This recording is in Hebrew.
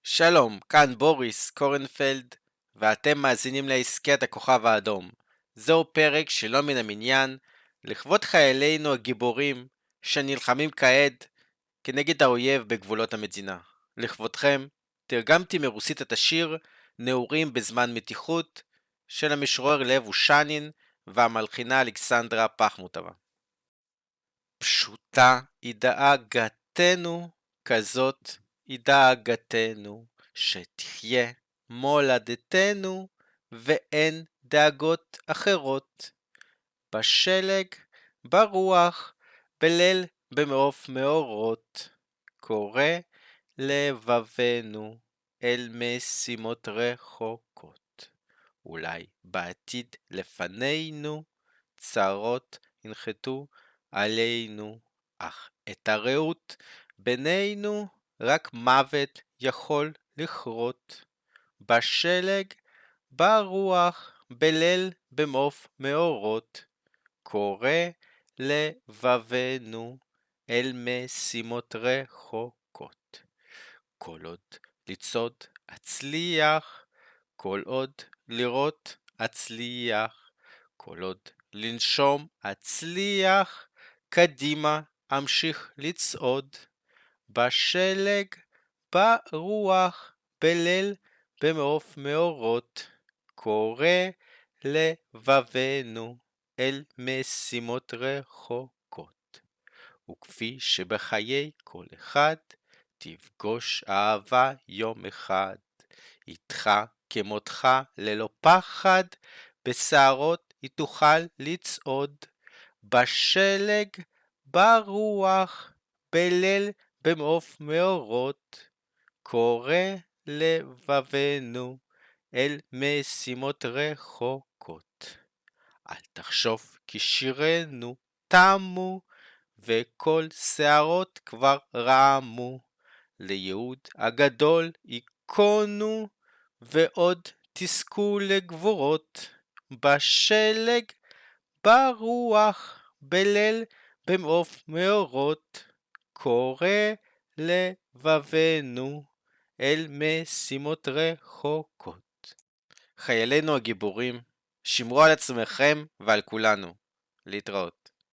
שלום, כאן בוריס קורנפלד, ואתם מאזינים לעסקת הכוכב האדום. זהו פרק שלא מן המניין, לכבוד חיילינו הגיבורים שנלחמים כעת כנגד האויב בגבולות המדינה. לכבודכם, תרגמתי מרוסית את השיר נעורים בזמן מתיחות של המשורר לב אושנין והמלחינה אלכסנדרה פחמוטבה. פשוטה היא דאגתנו, כזאת היא דאגתנו, שתחיה מולדתנו ואין דאגות אחרות. בשלג, ברוח, בליל במעוף מאורות, קורא לבבנו אל משימות רחוקות. אולי בעתיד לפנינו צרות ינחתו עלינו, אך את הרעות בינינו רק מוות יכול לכרות. בשלג, ברוח, בליל במעוף מאורות, קורא לבבנו אל משימות רחוקות. כל עוד לצעוד אצליח, כל עוד לראות אצליח, כל עוד לנשום אצליח, קדימה אמשיך לצעוד. בשלג, ברוח, בליל במעוף מאורות, קורא לבבנו אל משימות רחוקות. וכפי שבחיי כל אחד תפגוש אהבה יום אחד, איתך כמותך ללא פחד, בשערות היא תוכל לצעוד. בשלג, ברוח, בליל במעוף מאורות, קורא לבבנו אל משימות רחוקות. אל תחשוב כי שירנו תמו, וכל שערות כבר רעמו, ליהוד הגדול ייכונו, ועוד תזכו לגבורות. בשלג, ברוח, בליל במעוף מאורות, קורא לבבנו אל משימות רחוקות. חיילינו הגיבורים, שמרו על עצמכם ועל כולנו. להתראות.